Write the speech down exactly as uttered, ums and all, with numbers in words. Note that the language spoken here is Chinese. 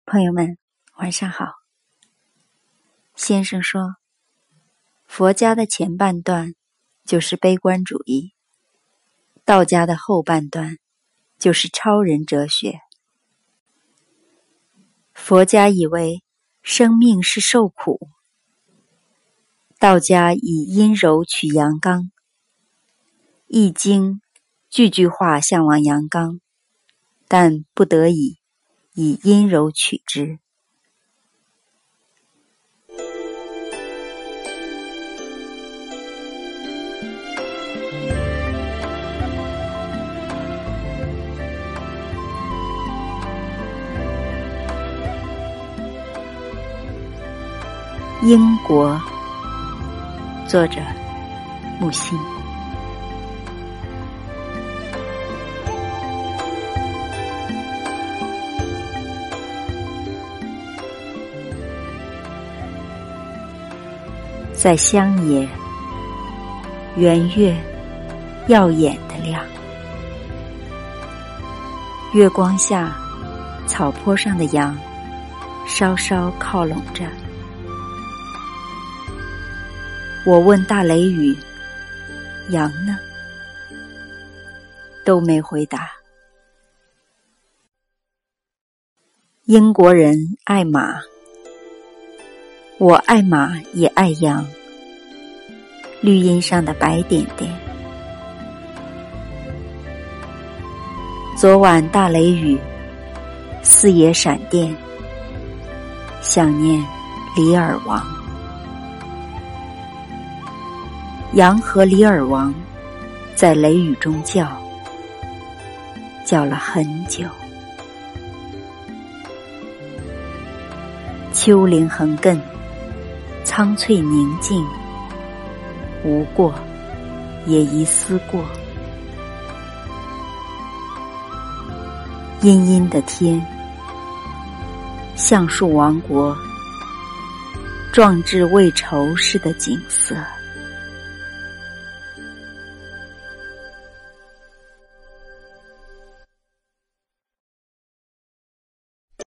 朋友们，晚上好。先生说，佛家的前半段就是悲观主义，道家的后半段就是超人哲学。佛家以为生命是受苦，道家以阴柔取阳刚，易经句句话向往阳刚，但不得已以阴柔取之。英国，作者木心。在乡野，圆月耀眼的亮，月光下，草坡上的羊稍稍靠拢着。我问大雷雨，羊呢？都没回答。英国人爱马，我爱马也爱羊，绿荫上的白点点。昨晚大雷雨，四野闪电，想念李尔王。羊和李尔王在雷雨中叫，叫了很久。丘陵横亘，苍翠宁静，无过也宜思过。阴阴的天，橡树王国，壮志未酬似的景色。